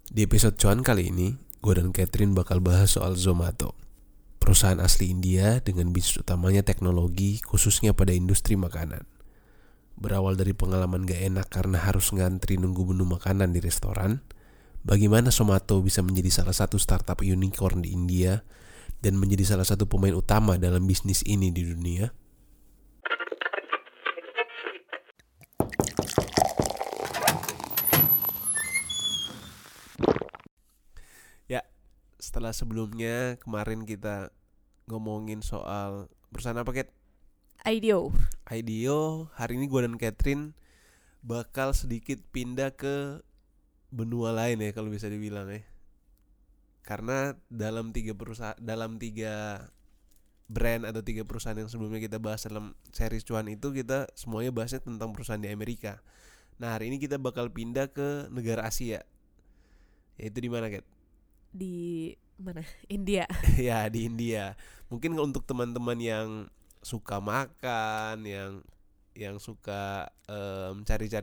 Di episode cuan kali ini, gue dan Catherine bakal bahas soal Zomato, perusahaan asli India dengan bisnis utamanya teknologi khususnya pada industri makanan. Berawal dari pengalaman gak enak karena harus ngantri nunggu menu makanan di restoran, bagaimana Zomato bisa menjadi salah satu startup unicorn di India dan menjadi salah satu pemain utama dalam bisnis ini di dunia. Ya, setelah sebelumnya kemarin kita ngomongin soal perusahaan apa, Kat? IDEO. IDEO, hari ini gue dan Catherine bakal sedikit pindah ke benua lain ya, kalau bisa dibilang ya. Karena dalam tiga brand atau tiga perusahaan yang sebelumnya kita bahas dalam series cuan itu, kita semuanya bahasnya tentang perusahaan di Amerika. Nah, hari ini kita bakal pindah ke negara Asia. Yaitu di mana, Kat? Di mana? India. Ya, di India. Mungkin untuk teman-teman yang suka makan, yang suka cari-cari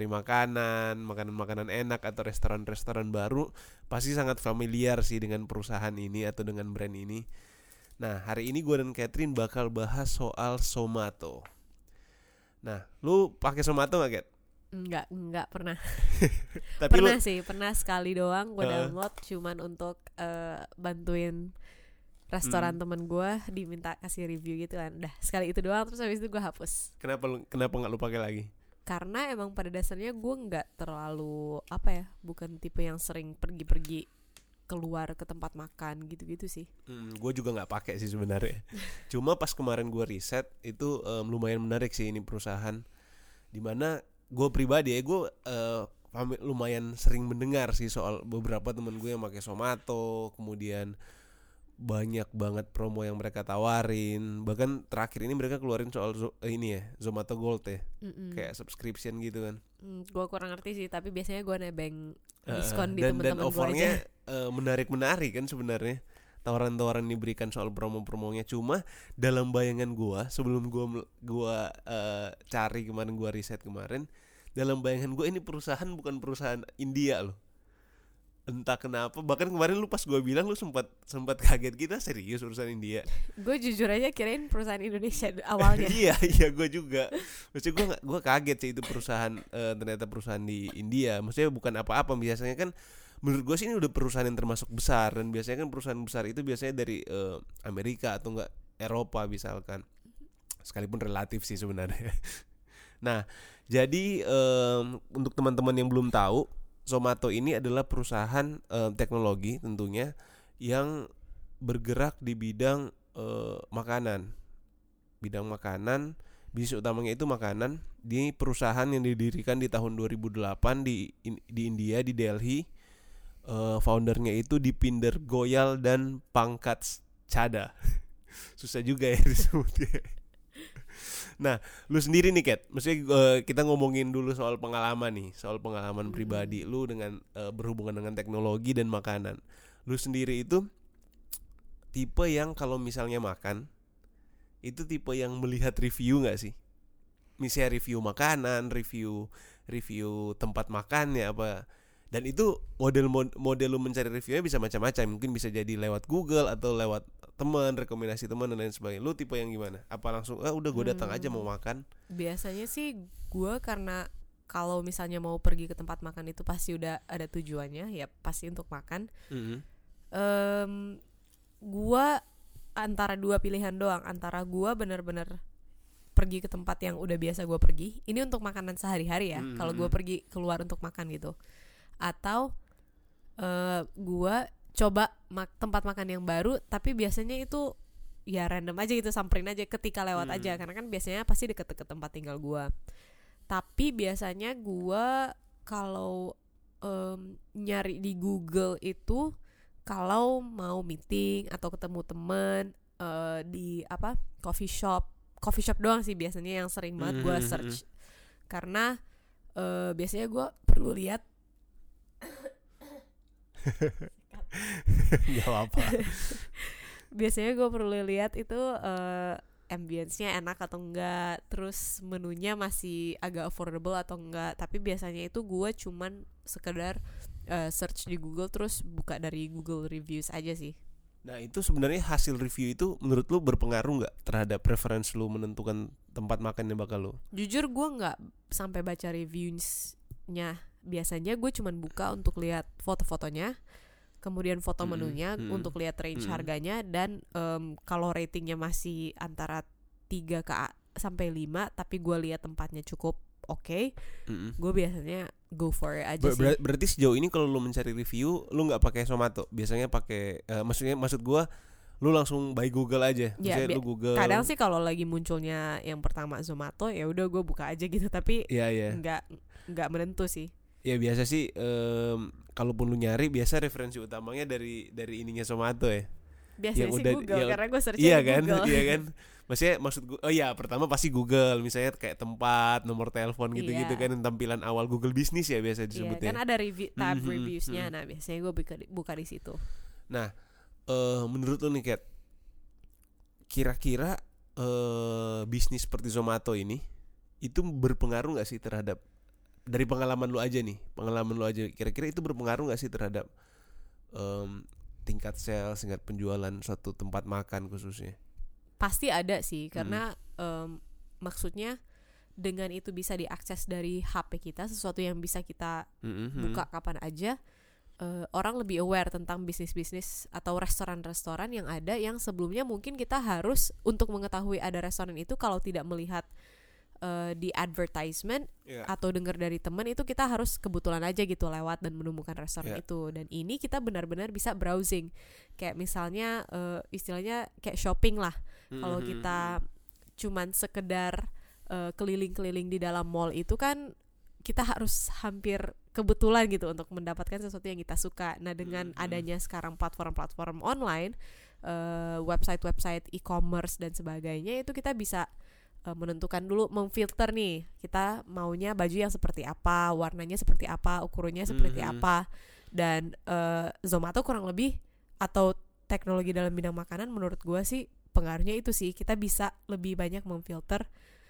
makanan enak atau restoran-restoran baru, pasti sangat familiar sih dengan perusahaan ini atau dengan brand ini. Nah, hari ini gue dan Catherine bakal bahas soal Zomato. Nah, lu pakai Zomato gak, Kat? Enggak pernah. Tapi Pernah sih, pernah sekali doang gue uh, download cuman untuk bantuin restoran temen gue, diminta kasih review gitu kan. Udah sekali itu doang, terus habis itu gue hapus. kenapa nggak lu pakai lagi? Karena emang pada dasarnya gue nggak terlalu bukan tipe yang sering pergi-pergi keluar ke tempat makan gitu-gitu sih. Gue juga nggak pakai sih sebenarnya. Cuma pas kemarin gue riset itu lumayan menarik sih ini perusahaan. Dimana gue pribadi ya, gue lumayan sering mendengar sih soal beberapa temen gue yang pakai Zomato, kemudian banyak banget promo yang mereka tawarin. Bahkan terakhir ini mereka keluarin soal ini ya, Zomato Gold ya, kayak subscription gitu kan. Gue kurang ngerti sih, tapi biasanya gue nebeng diskon di dan teman-teman gue aja. offernya menarik kan sebenarnya, tawaran-tawaran diberikan soal promo-promonya. Cuma dalam bayangan gue, sebelum gue cari kemarin, gue riset kemarin, dalam bayangan gue ini perusahaan bukan perusahaan India loh. Entah kenapa, bahkan kemarin lu pas gue bilang lu sempat kaget, kita serius perusahaan India. Gue jujur aja kirain perusahaan Indonesia awalnya. iya gue juga. Maksudnya gue kaget sih itu perusahaan, ternyata perusahaan di India. Maksudnya bukan apa-apa. Biasanya kan menurut gue sih ini udah perusahaan yang termasuk besar, dan biasanya kan perusahaan besar itu biasanya dari Amerika atau enggak Eropa misalkan. Sekalipun relatif sih sebenarnya. Nah, jadi untuk teman-teman yang belum tahu, Zomato ini adalah perusahaan teknologi tentunya yang bergerak di bidang makanan. Bisnis utamanya itu makanan. Di perusahaan yang didirikan di tahun 2008 di India, di Delhi. Foundernya itu Dipinder Goyal dan Pankaj Chadha. Susah juga ya disebutnya. Nah, lu sendiri nih, Kat, maksudnya kita ngomongin dulu soal pengalaman nih, soal pengalaman pribadi lu dengan berhubungan dengan teknologi dan makanan. Lu sendiri itu tipe yang kalau misalnya makan, itu tipe yang melihat review nggak sih? Misalnya review makanan, review tempat makannya apa. Dan itu model lu mencari reviewnya bisa macam-macam. Mungkin bisa jadi lewat Google atau lewat teman, rekomendasi teman dan lain sebagainya. Lu tipe yang gimana? Apa langsung udah gue datang aja mau makan? Biasanya sih gue, karena kalau misalnya mau pergi ke tempat makan itu pasti udah ada tujuannya, ya pasti untuk makan. Gue antara dua pilihan doang, antara gue bener-bener pergi ke tempat yang udah biasa gue pergi, ini untuk makanan sehari-hari ya, kalau gue pergi keluar untuk makan gitu, atau gue coba tempat makan yang baru, tapi biasanya itu ya random aja gitu, samperin aja ketika lewat aja, karena kan biasanya pasti deket-deket tempat tinggal gue. Tapi biasanya gue kalau nyari di Google itu kalau mau meeting atau ketemu temen di coffee shop doang sih biasanya yang sering banget gue search, karena biasanya gue perlu lihat Gak apa-apa. biasanya gue perlu lihat itu ambience-nya enak atau enggak, terus menunya masih agak affordable atau enggak. Tapi biasanya itu gue cuman sekedar search di Google terus buka dari Google Reviews aja sih. Nah itu sebenarnya hasil review itu menurut lu berpengaruh nggak terhadap preference lu menentukan tempat makan yang bakal lu? Jujur gue nggak sampai baca reviewsnya. Biasanya gue cuman buka untuk lihat foto-fotonya, kemudian foto menunya untuk lihat range harganya, dan kalau ratingnya masih antara 3 sampai 5 tapi gue lihat tempatnya cukup oke, gue biasanya go for it aja sih. Berarti sejauh ini kalau lu mencari review lu nggak pakai Zomato, biasanya pakai maksud gue lu langsung by Google aja. Misalnya lu Google. Kadang sih kalau lagi munculnya yang pertama Zomato ya udah gue buka aja gitu, tapi nggak menentu sih. Ya biasa sih kalaupun lu nyari biasa referensi utamanya dari ininya Zomato ya. Biasanya sih Google karena gue searching iya di kan? Google. Iya kan? Maksud gue, pertama pasti Google, misalnya kayak tempat, nomor telepon gitu-gitu kan, tampilan awal Google Bisnis ya biasa disebutnya. Kan ada tab reviewsnya, nah biasanya gue buka di situ. Nah, menurut lu nih Kat, kira-kira bisnis seperti Zomato ini itu berpengaruh nggak sih terhadap, dari pengalaman lu aja, kira-kira itu berpengaruh nggak sih terhadap tingkat sales, tingkat penjualan suatu tempat makan khususnya? Pasti ada sih, karena maksudnya dengan itu bisa diakses dari HP kita, sesuatu yang bisa kita buka kapan aja, orang lebih aware tentang bisnis-bisnis atau restoran-restoran yang ada, yang sebelumnya mungkin kita harus untuk mengetahui ada restoran itu, kalau tidak melihat di advertisement atau dengar dari teman, itu kita harus kebetulan aja gitu lewat dan menemukan restoran itu. Dan ini kita benar-benar bisa browsing, kayak misalnya istilahnya kayak shopping lah. Kalau kita cuman sekedar keliling-keliling di dalam mall itu kan kita harus hampir kebetulan gitu untuk mendapatkan sesuatu yang kita suka. Nah dengan adanya sekarang platform-platform online, website-website e-commerce dan sebagainya, itu kita bisa menentukan dulu, memfilter nih kita maunya baju yang seperti apa, warnanya seperti apa, ukurannya seperti apa. Dan Zomato kurang lebih, atau teknologi dalam bidang makanan, menurut gue sih pengaruhnya itu sih, kita bisa lebih banyak memfilter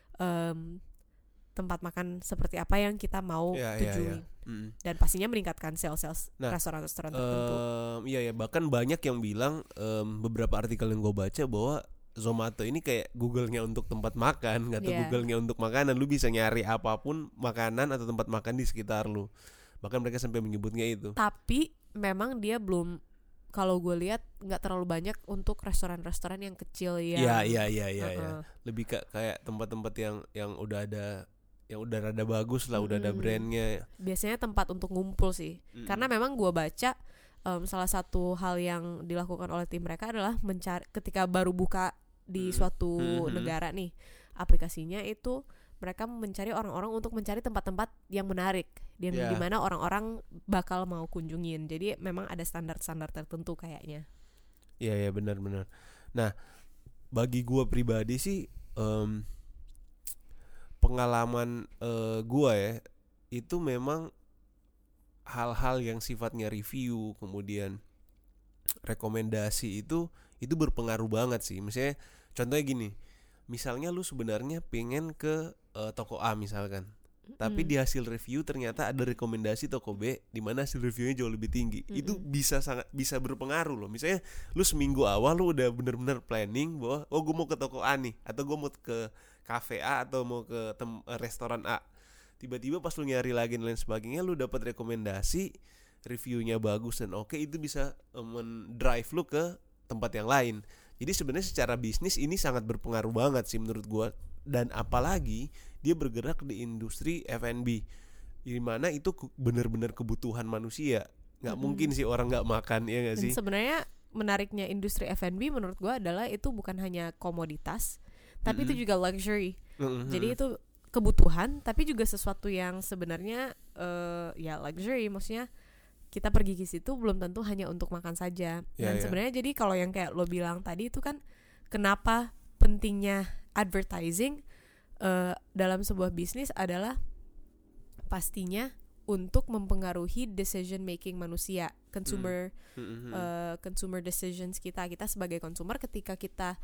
tempat makan seperti apa yang kita mau tujui. Dan pastinya meningkatkan sales restoran-restoran tertentu. Bahkan banyak yang bilang, beberapa artikel yang gue baca, bahwa Zomato ini kayak Google-nya untuk tempat makan, atau Google-nya untuk makanan. Lu bisa nyari apapun makanan atau tempat makan di sekitar lu. Bahkan mereka sampai menyebutnya itu. Tapi memang dia belum, kalau gue lihat nggak terlalu banyak untuk restoran-restoran yang kecil yang. Iya. Lebih kayak tempat-tempat yang udah ada, yang udah rada bagus lah, udah ada brandnya. Biasanya tempat untuk ngumpul sih. Karena memang gue baca salah satu hal yang dilakukan oleh tim mereka adalah mencari, ketika baru buka di suatu negara nih aplikasinya, itu mereka mencari orang-orang untuk mencari tempat-tempat yang menarik dan di mana orang-orang bakal mau kunjungin. Jadi memang ada standar-standar tertentu kayaknya. Iya benar-benar. Nah bagi gue pribadi sih, pengalaman gue ya, itu memang hal-hal yang sifatnya review kemudian rekomendasi itu berpengaruh banget sih. Misalnya contohnya gini, misalnya lu sebenarnya pengen ke toko A misalkan, tapi di hasil review ternyata ada rekomendasi toko B di mana hasil reviewnya jauh lebih tinggi. Itu bisa berpengaruh loh. Misalnya lu seminggu awal lu udah bener-bener planning bahwa gue mau ke toko A nih, atau gue mau ke cafe A, atau mau ke restoran A. Tiba-tiba pas lu nyari lagi dan lain sebagainya, lu dapat rekomendasi, reviewnya bagus dan oke, itu bisa mendrive lu ke tempat yang lain. Jadi sebenarnya secara bisnis ini sangat berpengaruh banget sih menurut gua. Dan apalagi dia bergerak di industri F&B, di mana itu benar-benar kebutuhan manusia. Nggak mungkin sih orang nggak makan, ya nggak sih? Sebenarnya menariknya industri F&B menurut gua adalah itu bukan hanya komoditas, tapi itu juga luxury. Jadi itu kebutuhan, tapi juga sesuatu yang sebenarnya luxury. Maksudnya kita pergi ke situ belum tentu hanya untuk makan saja. Dan sebenarnya jadi kalau yang kayak lo bilang tadi itu kan, kenapa pentingnya advertising dalam sebuah bisnis adalah pastinya untuk mempengaruhi decision making manusia, consumer decisions kita sebagai consumer. Ketika kita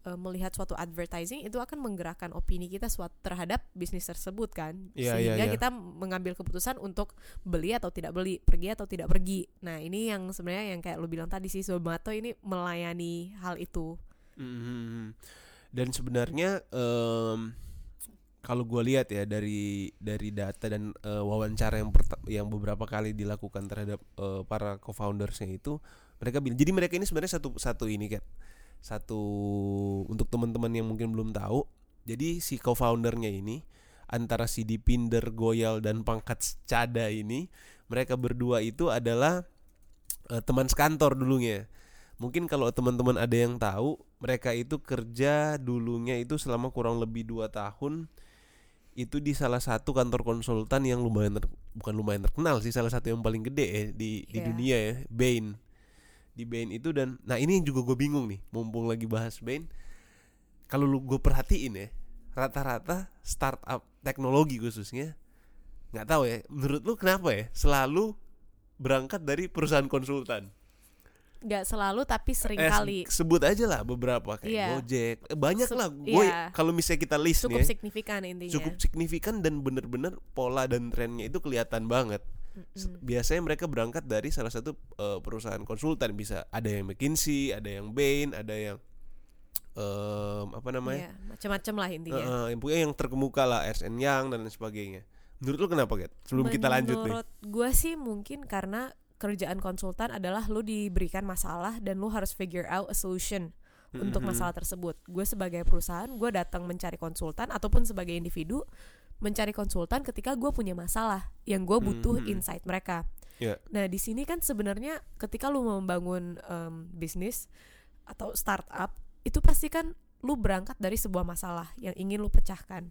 melihat suatu advertising itu akan menggerakkan opini kita terhadap bisnis tersebut kan, Iya, sehingga iya. kita mengambil keputusan untuk beli atau tidak beli, pergi atau tidak pergi. Nah ini yang sebenarnya yang kayak lu bilang tadi sih, Zomato ini melayani hal itu. Mhm. Dan sebenarnya kalau gue lihat ya dari data dan wawancara yang beberapa kali dilakukan terhadap para co-foundersnya itu, mereka bilang, jadi mereka ini sebenarnya satu ini kan, satu, untuk teman-teman yang mungkin belum tahu, jadi si co-foundernya ini antara si Dipinder Goyal dan Pankaj Chadha ini, mereka berdua itu adalah teman sekantor dulunya. Mungkin kalau teman-teman ada yang tahu, mereka itu kerja dulunya itu selama kurang lebih 2 tahun itu di salah satu kantor konsultan yang bukan lumayan terkenal sih, salah satu yang paling gede ya di Iya. dunia ya, Bain. Di Bain itu. Dan nah ini yang juga gue bingung nih, mumpung lagi bahas Bain, kalau gue perhatiin ya, rata-rata startup teknologi khususnya, nggak tahu ya, menurut lu kenapa ya selalu berangkat dari perusahaan konsultan? Nggak selalu tapi sering kali. Sebut aja lah beberapa kayak Iya. Gojek, banyak lah. Iya. Kalau misalnya kita list Cukup nih, signifikan intinya. cukup signifikan dan bener-bener pola dan trennya itu kelihatan banget. Biasanya mereka berangkat dari salah satu perusahaan konsultan, bisa ada yang McKinsey, ada yang Bain, ada yang apa namanya? Iya, macam-macam lah intinya. Yang terkemuka lah, Ernst & Young dan lain sebagainya. Menurut lu kenapa, Gat? Sebelum kita lanjut nih. Menurut gue sih mungkin karena kerjaan konsultan adalah lu diberikan masalah dan lu harus figure out a solution untuk masalah tersebut. Gue sebagai perusahaan, gue datang mencari konsultan, ataupun sebagai individu mencari konsultan ketika gue punya masalah yang gue butuh insight mereka. Yeah. Nah di sini kan sebenarnya ketika lu mau membangun bisnis atau startup, itu pasti kan lu berangkat dari sebuah masalah yang ingin lu pecahkan.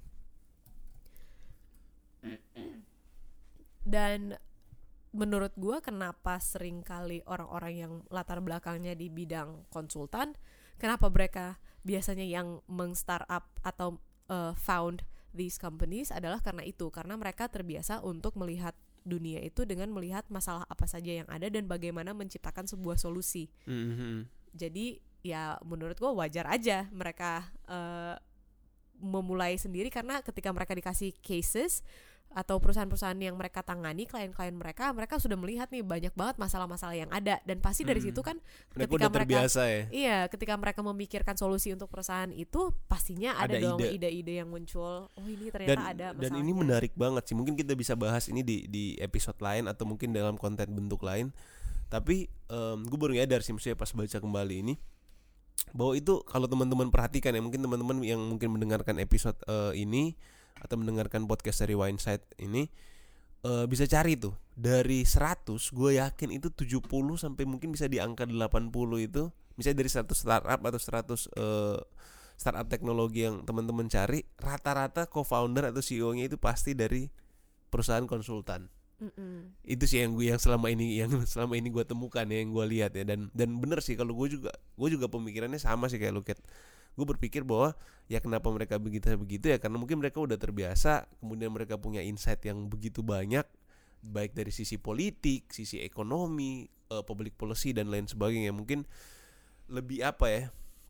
Dan menurut gue kenapa sering kali orang-orang yang latar belakangnya di bidang konsultan, kenapa mereka biasanya yang meng-startup atau found these companies adalah karena mereka terbiasa untuk melihat dunia itu dengan melihat masalah apa saja yang ada dan bagaimana menciptakan sebuah solusi. Jadi ya menurut gue wajar aja mereka memulai sendiri, karena ketika mereka dikasih cases atau perusahaan-perusahaan yang mereka tangani, klien-klien mereka sudah melihat nih banyak banget masalah-masalah yang ada, dan pasti dari situ kan Mereka ketika udah terbiasa ya. Iya, ketika mereka memikirkan solusi untuk perusahaan itu, pastinya ada dong ide-ide yang muncul. Oh ini ternyata ada masalahnya. Dan ini menarik banget sih. Mungkin kita bisa bahas ini di episode lain atau mungkin dalam konten bentuk lain. Tapi gue baru nyadar sih, maksudnya pas baca kembali ini, bahwa itu kalau teman-teman perhatikan ya, mungkin teman-teman yang mungkin mendengarkan episode ini atau mendengarkan podcast dari Wineside ini, bisa cari tuh dari 100, gue yakin itu 70 sampai mungkin bisa di angka 80 itu, misalnya dari 100 startup atau 100 startup teknologi yang teman-teman cari, rata-rata co-founder atau CEO-nya itu pasti dari perusahaan konsultan. Itu sih yang selama ini gue temukan ya, yang gue lihat ya, dan bener sih, kalau gue juga pemikirannya sama sih kayak lu, Kat. Gue berpikir bahwa ya kenapa mereka begitu ya, karena mungkin mereka udah terbiasa, kemudian mereka punya insight yang begitu banyak, baik dari sisi politik, sisi ekonomi, public policy dan lain sebagainya. Mungkin lebih apa ya,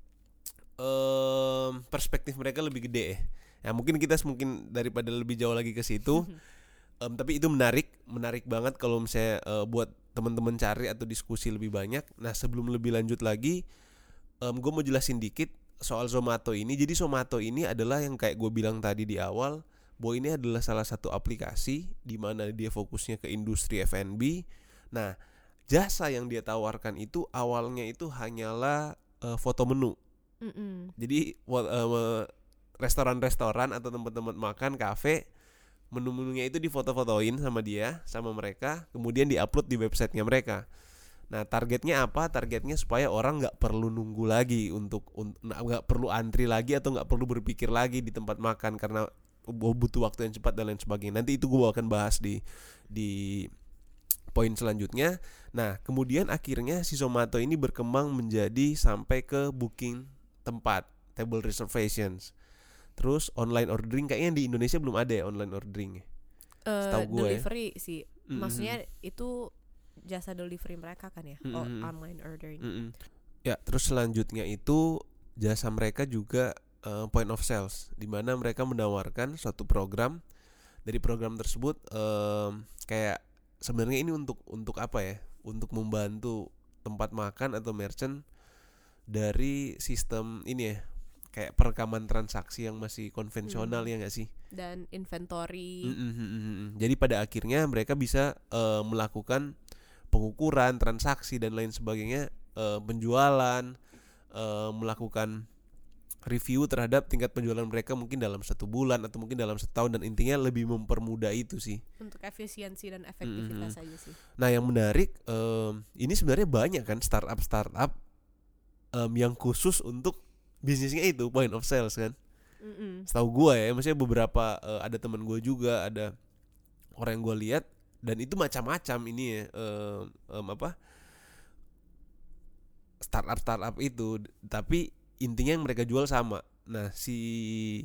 perspektif mereka lebih gede ya. Ya mungkin kita daripada lebih jauh lagi ke situ. Tapi itu menarik banget kalau misalnya buat teman-teman cari atau diskusi lebih banyak. Nah sebelum lebih lanjut lagi, gue mau jelasin dikit soal Zomato ini. Jadi Zomato ini adalah yang kayak gue bilang tadi di awal, bahwa ini adalah salah satu aplikasi di mana dia fokusnya ke industri F&B. Nah jasa yang dia tawarkan itu awalnya itu hanyalah foto menu. Jadi restoran-restoran atau tempat-tempat makan, kafe, menu-menunya itu difoto-fotoin sama mereka, kemudian diupload di websitenya mereka. Nah targetnya apa? Targetnya supaya orang nggak perlu nunggu lagi nggak perlu antri lagi atau nggak perlu berpikir lagi di tempat makan karena butuh waktu yang cepat dan lain sebagainya. Nanti itu gue akan bahas di poin selanjutnya. Nah kemudian akhirnya si Zomato ini berkembang menjadi sampai ke booking tempat, table reservations. Terus online ordering, kayaknya di Indonesia belum ada ya online ordering. Setahu gue delivery sih. Maksudnya itu jasa delivery mereka kan ya, online ordering. Ya, terus selanjutnya itu jasa mereka juga point of sales, di mana mereka menawarkan suatu program. Dari program tersebut kayak sebenarnya ini untuk apa ya? Untuk membantu tempat makan atau merchant dari sistem ini ya, kayak perekaman transaksi yang masih konvensional ya nggak sih? Dan inventory. Jadi pada akhirnya mereka bisa melakukan pengukuran transaksi dan lain sebagainya, penjualan, melakukan review terhadap tingkat penjualan mereka mungkin dalam 1 bulan atau mungkin dalam setahun, dan intinya lebih mempermudah itu sih. Untuk efisiensi dan efektivitas aja sih. Nah yang menarik, ini sebenarnya banyak kan startup yang khusus untuk bisnisnya itu point of sales kan. Setahu gue ya, maksudnya beberapa ada teman gue juga, ada orang yang gue lihat, dan itu macam-macam ini ya, startup itu, tapi intinya yang mereka jual sama. Nah si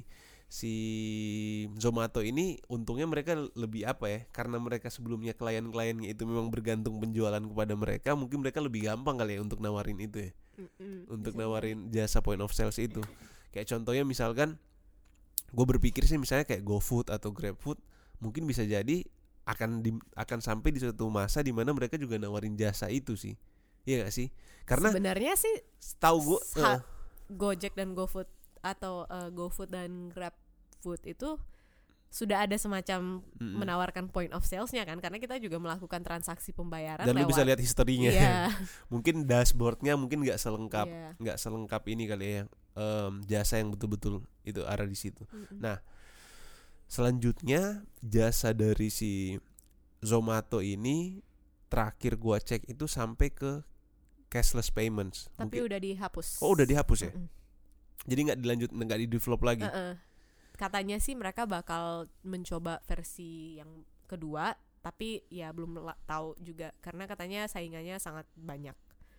Zomato ini untungnya mereka lebih apa ya, karena mereka sebelumnya klien-kliennya itu memang bergantung penjualan kepada mereka, mungkin mereka lebih gampang kali ya untuk nawarin itu ya, untuk nawarin jasa point of sales itu. Kayak contohnya misalkan gue berpikir sih, misalnya kayak GoFood atau GrabFood mungkin bisa jadi akan sampai di suatu masa di mana mereka juga nawarin jasa itu sih. Iya gak sih? Karena sebenarnya sih setahu gue Gojek dan GoFood atau GoFood dan GrabFood itu sudah ada semacam menawarkan point of sales-nya kan, karena kita juga melakukan transaksi pembayaran dan lu bisa lihat historinya. Iya. Mungkin dashboardnya mungkin nggak selengkap ini kali ya, jasa yang betul-betul itu ada di situ. Nah selanjutnya jasa dari si Zomato ini terakhir gua cek itu sampai ke cashless payments. Tapi mungkin udah dihapus. Oh udah dihapus ya? Jadi nggak di-develop lagi? Katanya sih mereka bakal mencoba versi yang kedua, tapi ya belum tahu juga, karena katanya saingannya sangat banyak.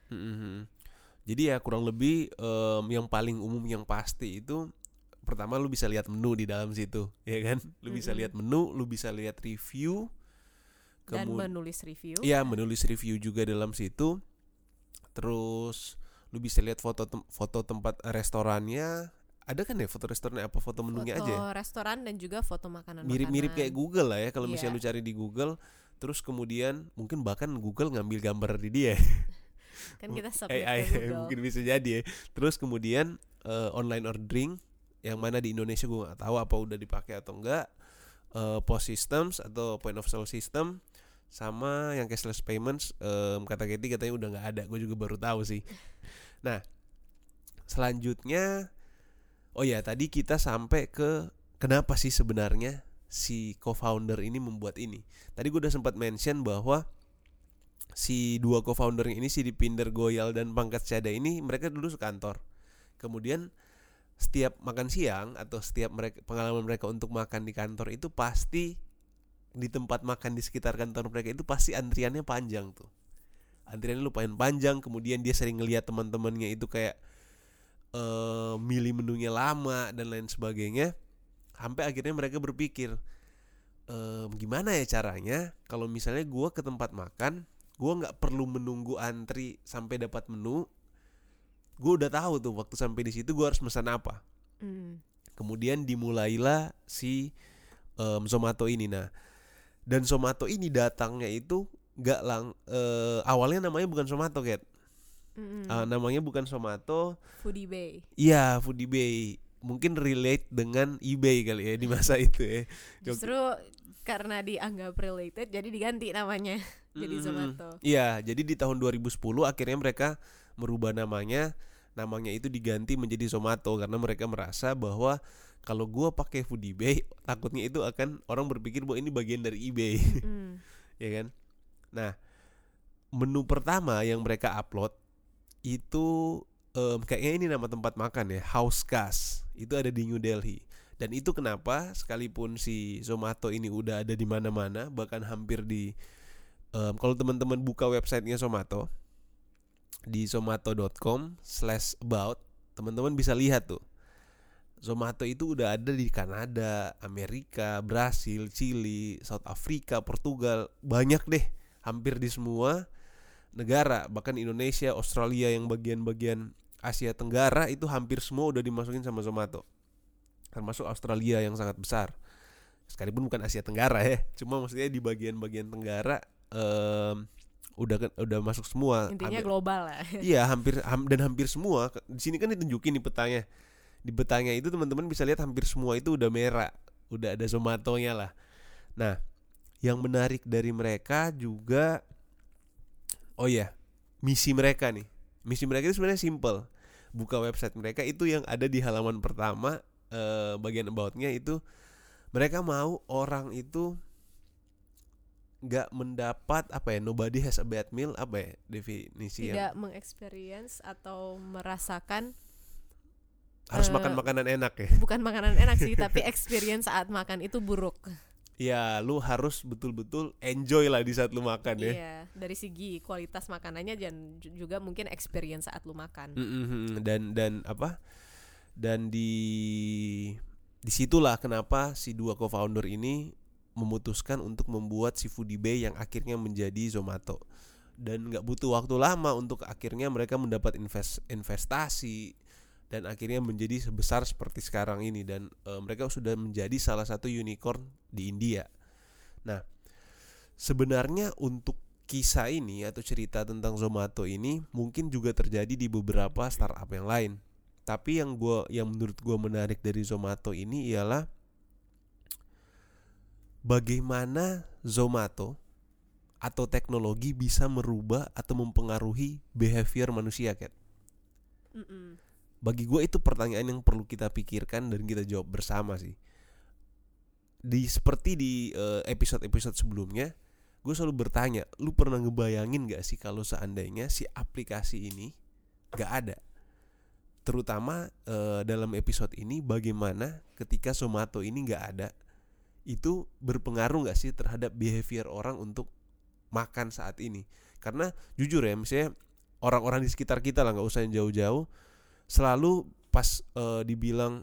Jadi ya kurang lebih yang paling umum yang pasti itu, pertama lu bisa lihat menu di dalam situ, ya kan? Lu bisa lihat menu, lu bisa lihat review, dan menulis review. Iya, menulis review juga dalam situ. Terus lu bisa lihat foto tempat restorannya. Ada kan ya foto restorannya, apa foto menunya aja ya? Foto restoran dan juga foto makanan. Mirip-mirip kayak Google lah ya, kalau misalnya lu cari di Google. Terus kemudian mungkin bahkan Google ngambil gambar di dia. Kan kita submit AI, ke Google. mungkin bisa jadi ya. Terus kemudian online ordering, yang mana di Indonesia gue gak tahu apa udah dipakai atau enggak. POS systems atau point of sale system, sama yang cashless payments, kata Katie katanya udah nggak ada. Gue juga baru tahu sih. Nah selanjutnya, oh ya tadi kita sampai ke kenapa sih sebenarnya si co-founder ini membuat ini. Tadi gue udah sempat mention bahwa si dua co-foundernya ini, si Deepinder Goyal dan Pankaj Chadha ini, mereka dulu sekantor. Kemudian setiap makan siang atau setiap pengalaman mereka untuk makan di kantor itu pasti di tempat makan di sekitar kantor mereka itu pasti antriannya panjang tuh. Antriannya lumayan panjang. Kemudian dia sering ngelihat teman-temannya itu kayak milih menunya lama dan lain sebagainya. Sampai akhirnya mereka berpikir, gimana ya caranya kalau misalnya gue ke tempat makan, gue gak perlu menunggu antri sampai dapat menu. Gue udah tahu tuh waktu sampai di situ gue harus pesan apa. Kemudian dimulailah si Zomato ini. Nah, dan Zomato ini datangnya itu awalnya namanya bukan Zomato, Kat. Namanya bukan Zomato, Foodie Bay. Iya, Foodie Bay. Mungkin relate dengan eBay kali ya di masa itu ya. Justru karena dianggap related jadi diganti namanya jadi Zomato. Iya, jadi di tahun 2010 akhirnya mereka merubah namanya itu diganti menjadi Zomato, karena mereka merasa bahwa kalau gue pakai Foodie Bay, takutnya itu akan orang berpikir bahwa ini bagian dari eBay. Ya kan? Nah, menu pertama yang mereka upload itu kayaknya ini nama tempat makan ya, House Kas. Itu ada di New Delhi. Dan itu kenapa sekalipun si Zomato ini udah ada di mana-mana, bahkan hampir di kalau teman-teman buka websitenya Zomato di zomato.com/about, teman-teman bisa lihat tuh. Zomato itu udah ada di Kanada, Amerika, Brasil, Chili, South Africa, Portugal, banyak deh, hampir di semua negara, bahkan Indonesia, Australia yang bagian-bagian Asia Tenggara itu hampir semua udah dimasukin sama Zomato, termasuk Australia yang sangat besar. Sekalipun bukan Asia Tenggara ya, cuma maksudnya di bagian-bagian Tenggara udah masuk semua. Intinya global lah. Iya, hampir semua. Di sini kan ditunjukin di petanya. Di petanya itu teman-teman bisa lihat hampir semua itu udah merah, udah ada Zomatonya lah. Nah, yang menarik dari mereka juga, oh ya, misi mereka nih. Misi mereka itu sebenarnya simple. Buka website mereka itu yang ada di halaman pertama, bagian about-nya itu mereka mau orang itu nggak mendapat nobody has a bad meal, definisi tidak mengexperience atau merasakan harus makan makanan enak ya. Bukan makanan enak sih, tapi experience saat makan itu buruk. Ya, lu harus betul-betul enjoy lah di saat lu makan ya. Iya, dari segi kualitas makanannya dan juga mungkin experience saat lu makan. Dan di disitulah kenapa si dua co-founder ini memutuskan untuk membuat si Foodie Bay yang akhirnya menjadi Zomato. Dan nggak butuh waktu lama untuk akhirnya mereka mendapat investasi dan akhirnya menjadi sebesar seperti sekarang ini, dan mereka sudah menjadi salah satu unicorn di India. Nah, sebenarnya untuk kisah ini atau cerita tentang Zomato ini mungkin juga terjadi di beberapa startup yang lain. Tapi yang menurut gue menarik dari Zomato ini ialah bagaimana Zomato atau teknologi bisa merubah atau mempengaruhi behavior manusia, Kat. Bagi gue itu pertanyaan yang perlu kita pikirkan dan kita jawab bersama sih. Seperti di episode-episode sebelumnya, gue selalu bertanya, lu pernah ngebayangin gak sih kalau seandainya si aplikasi ini gak ada? Terutama dalam episode ini, bagaimana ketika Zomato ini gak ada, itu berpengaruh gak sih terhadap behavior orang untuk makan saat ini? Karena jujur ya, misalnya orang-orang di sekitar kita lah, gak usah yang jauh-jauh, selalu pas dibilang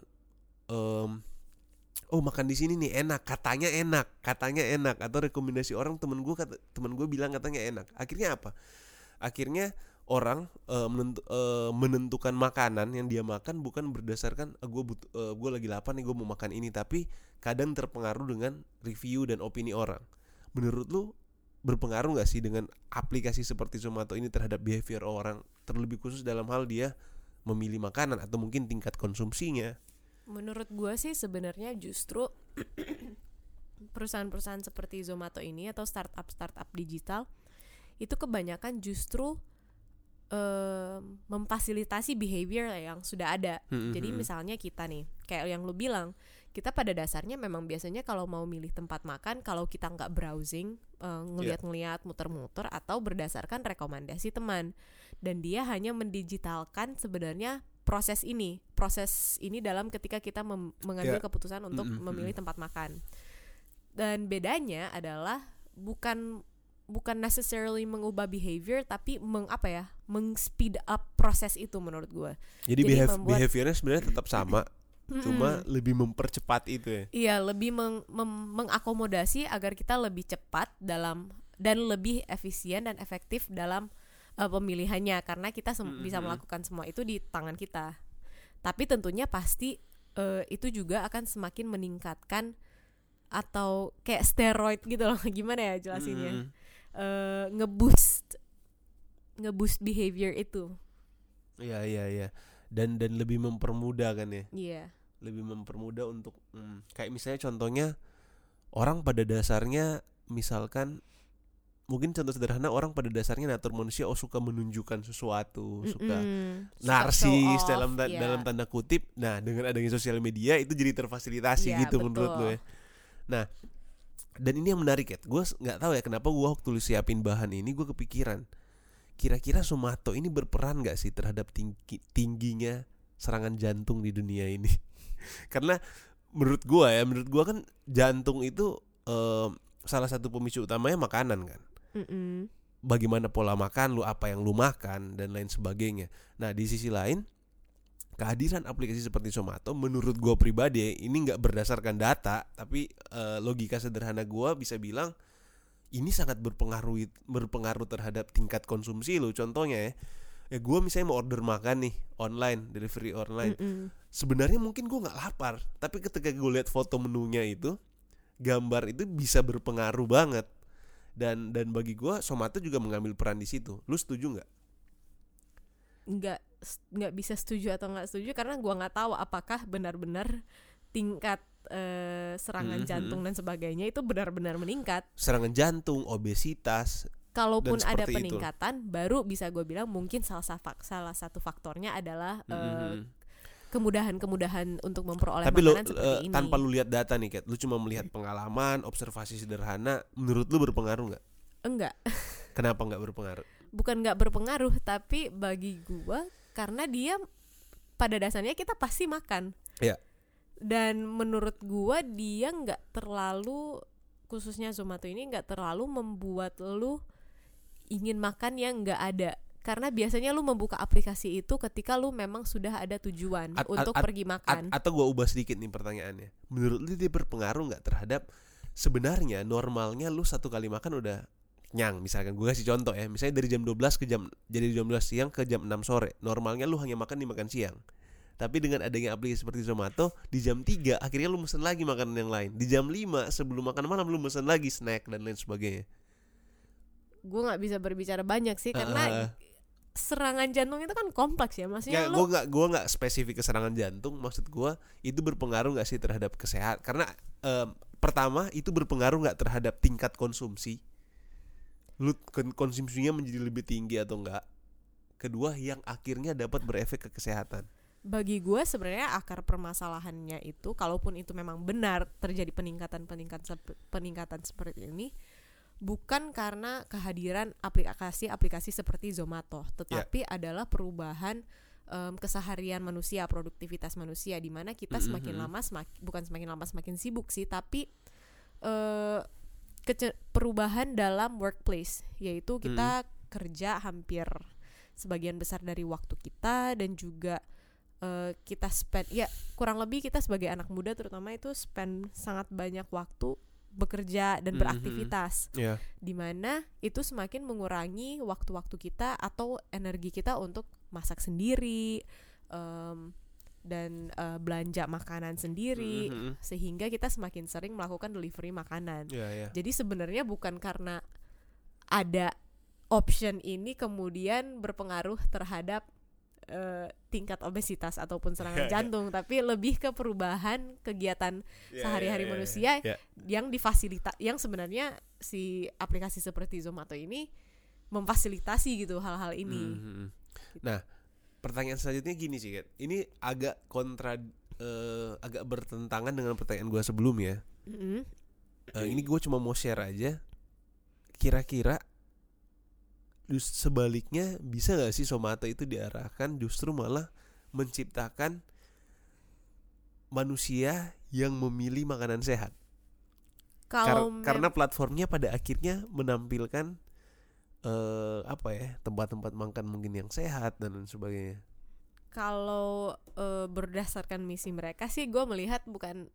oh makan di sini nih enak, katanya enak, atau rekomendasi orang, temen gue bilang katanya enak. Akhirnya apa? Akhirnya orang menentukan makanan yang dia makan bukan berdasarkan gue lagi lapar nih, gue mau makan ini, tapi kadang terpengaruh dengan review dan opini orang. Menurut lu berpengaruh gak sih dengan aplikasi seperti Zomato ini terhadap behavior orang, terlebih khusus dalam hal dia memilih makanan atau mungkin tingkat konsumsinya? Menurut gue sih sebenarnya justru perusahaan-perusahaan seperti Zomato ini atau startup digital itu kebanyakan justru memfasilitasi behavior yang sudah ada. Jadi misalnya kita nih, kayak yang lu bilang, kita pada dasarnya memang biasanya kalau mau milih tempat makan, kalau kita nggak browsing, ngeliat-ngeliat, muter-muter, atau berdasarkan rekomendasi teman, dan dia hanya mendigitalkan sebenarnya proses ini dalam ketika kita mengambil keputusan untuk memilih tempat makan. Dan bedanya adalah bukan necessarily mengubah behavior, tapi meng-speed up proses itu menurut gue. Jadi behaviornya sebenarnya tetap sama, cuma lebih mempercepat itu ya. Iya, lebih mengakomodasi agar kita lebih cepat dan lebih efisien dan efektif dalam pemilihannya, karena kita bisa melakukan semua itu di tangan kita. Tapi tentunya pasti itu juga akan semakin meningkatkan atau kayak steroid gitu loh, gimana ya jelasinnya, ngeboost behavior itu. Iya. Dan lebih mempermudah kan ya. Iya. Lebih mempermudah untuk kayak misalnya contohnya, orang pada dasarnya misalkan, mungkin contoh sederhana, orang pada dasarnya natur manusia suka menunjukkan sesuatu, suka narsis dalam tanda kutip. Nah, dengan adanya sosial media itu jadi terfasilitasi gitu, betul. Menurut gue. Nah, dan ini yang menarik ya. Gue nggak tahu ya kenapa gue waktu siapin bahan ini gue kepikiran, kira-kira Zomato ini berperan nggak sih terhadap tingginya serangan jantung di dunia ini? Karena menurut gue kan jantung itu salah satu pemicu utamanya makanan kan. Bagaimana pola makan lu, apa yang lu makan, dan lain sebagainya. Nah, di sisi lain, kehadiran aplikasi seperti Zomato menurut gue pribadi ini nggak berdasarkan data, tapi logika sederhana gue bisa bilang ini sangat berpengaruh terhadap tingkat konsumsi lu. Contohnya ya, ya gue misalnya mau order makan nih online, delivery online. Sebenarnya mungkin gue nggak lapar, tapi ketika gue lihat foto menunya itu, gambar itu bisa berpengaruh banget. Dan bagi gue Zomato juga mengambil peran di situ. Lu setuju nggak? Nggak bisa setuju atau nggak setuju karena gue nggak tahu apakah benar-benar tingkat serangan jantung dan sebagainya itu benar-benar meningkat. Serangan jantung, obesitas. Kalaupun ada peningkatan, baru bisa gue bilang mungkin salah satu faktornya adalah kemudahan untuk memperoleh makanan seperti ini. Tapi tanpa lu lihat data nih, Kat, lu cuma melihat pengalaman, observasi sederhana, menurut lu berpengaruh nggak? Enggak. Kenapa nggak berpengaruh? Bukan nggak berpengaruh, tapi bagi gue karena dia pada dasarnya kita pasti makan. Iya. Dan menurut gue dia nggak terlalu, khususnya Zomato ini nggak terlalu membuat lu ingin makan yang nggak ada. Karena biasanya lu membuka aplikasi itu ketika lu memang sudah ada tujuan untuk pergi makan. Atau gue ubah sedikit nih pertanyaannya. Menurut lu dia berpengaruh nggak terhadap sebenarnya normalnya lu satu kali makan udah kenyang. Misalkan gue kasih contoh ya, misalnya dari jam 12 ke jam 12 siang ke jam 6 sore. Normalnya lu hanya makan siang. Tapi dengan adanya aplikasi seperti Zomato, di jam 3 akhirnya lu mesen lagi makanan yang lain. Di jam 5 sebelum makan malam lu mesen lagi snack dan lain sebagainya. Gue gak bisa berbicara banyak sih karena serangan jantung itu kan kompleks ya. Maksudnya gue gak spesifik ke serangan jantung. Maksud gue itu berpengaruh gak sih terhadap kesehatan. Karena pertama itu berpengaruh gak terhadap tingkat konsumsi. Lu konsumsinya menjadi lebih tinggi atau enggak. Kedua yang akhirnya dapat berefek ke kesehatan. Bagi gue sebenarnya akar permasalahannya itu, kalaupun itu memang benar terjadi peningkatan seperti ini, bukan karena kehadiran aplikasi seperti Zomato, tetapi adalah perubahan keseharian manusia, produktivitas manusia, di mana kita semakin lama semakin sibuk sih, tapi perubahan dalam workplace, yaitu kita kerja hampir sebagian besar dari waktu kita, dan juga kita spend, ya kurang lebih kita sebagai anak muda terutama itu spend sangat banyak waktu bekerja dan beraktivitas, dimana itu semakin mengurangi waktu-waktu kita atau energi kita untuk masak sendiri dan belanja makanan sendiri, sehingga kita semakin sering melakukan delivery makanan. Jadi sebenarnya bukan karena ada option ini kemudian berpengaruh terhadap tingkat obesitas ataupun serangan jantung, tapi lebih ke perubahan kegiatan sehari-hari manusia yang yang sebenarnya si aplikasi seperti Zomato ini memfasilitasi gitu hal-hal ini. Nah, pertanyaan selanjutnya gini sih, Kat. Ini agak agak bertentangan dengan pertanyaan gue sebelumnya. Ini gue cuma mau share aja. Kira-kira sebaliknya bisa gak sih Zomato itu diarahkan justru malah menciptakan manusia yang memilih makanan sehat? Karena platformnya pada akhirnya menampilkan tempat-tempat makan mungkin yang sehat dan lain sebagainya. Kalau berdasarkan misi mereka sih gue melihat bukan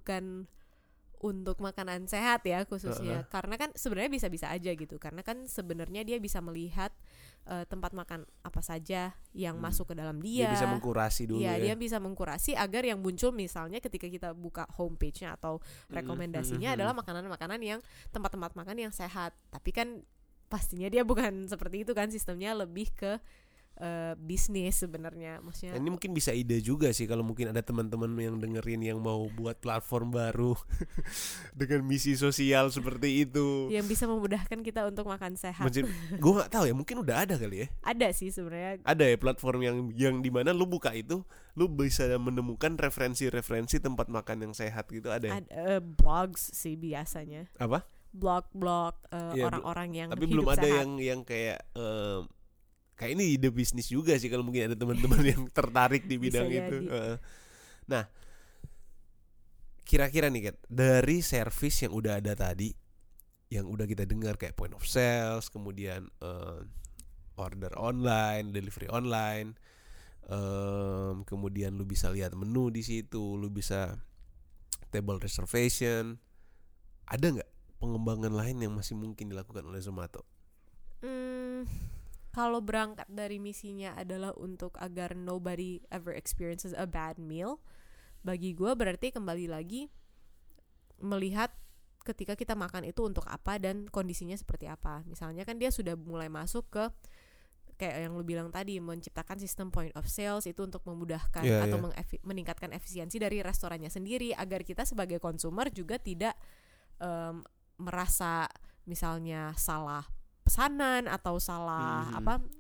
untuk makanan sehat ya khususnya, karena kan sebenarnya bisa-bisa aja gitu, karena kan sebenarnya dia bisa melihat tempat makan apa saja yang masuk ke dalam dia bisa mengkurasi dulu ya. Dia bisa mengkurasi agar yang muncul misalnya ketika kita buka homepage-nya atau rekomendasinya adalah makanan-makanan yang tempat-tempat makan yang sehat. Tapi kan pastinya dia bukan seperti itu kan, sistemnya lebih ke bisnis sebenarnya, maksudnya. Ini mungkin bisa ide juga sih kalau mungkin ada teman-teman yang dengerin yang mau buat platform baru dengan misi sosial seperti itu, yang bisa memudahkan kita untuk makan sehat. Gue nggak tahu ya, mungkin udah ada kali ya. Ada sih sebenarnya. Ada ya platform yang dimana lu buka itu, lu bisa menemukan referensi tempat makan yang sehat gitu, ada. Blogs sih biasanya. Apa? Blog orang-orang yang tapi hidup belum ada sehat. yang kayak ini ide bisnis juga sih kalau mungkin ada teman-teman yang tertarik di bidang itu. Nah, kira-kira nih, Kat, dari service yang udah ada tadi, yang udah kita dengar kayak point of sales, kemudian order online, delivery online, kemudian lu bisa lihat menu di situ, lu bisa table reservation, ada nggak pengembangan lain yang masih mungkin dilakukan oleh Zomato? kalau berangkat dari misinya adalah untuk agar nobody ever experiences a bad meal, bagi gue berarti kembali lagi melihat ketika kita makan itu untuk apa dan kondisinya seperti apa. Misalnya kan dia sudah mulai masuk ke kayak yang lu bilang tadi, menciptakan sistem point of sales itu untuk memudahkan atau meningkatkan efisiensi dari restorannya sendiri agar kita sebagai konsumer juga tidak merasa misalnya salah pesanan atau salah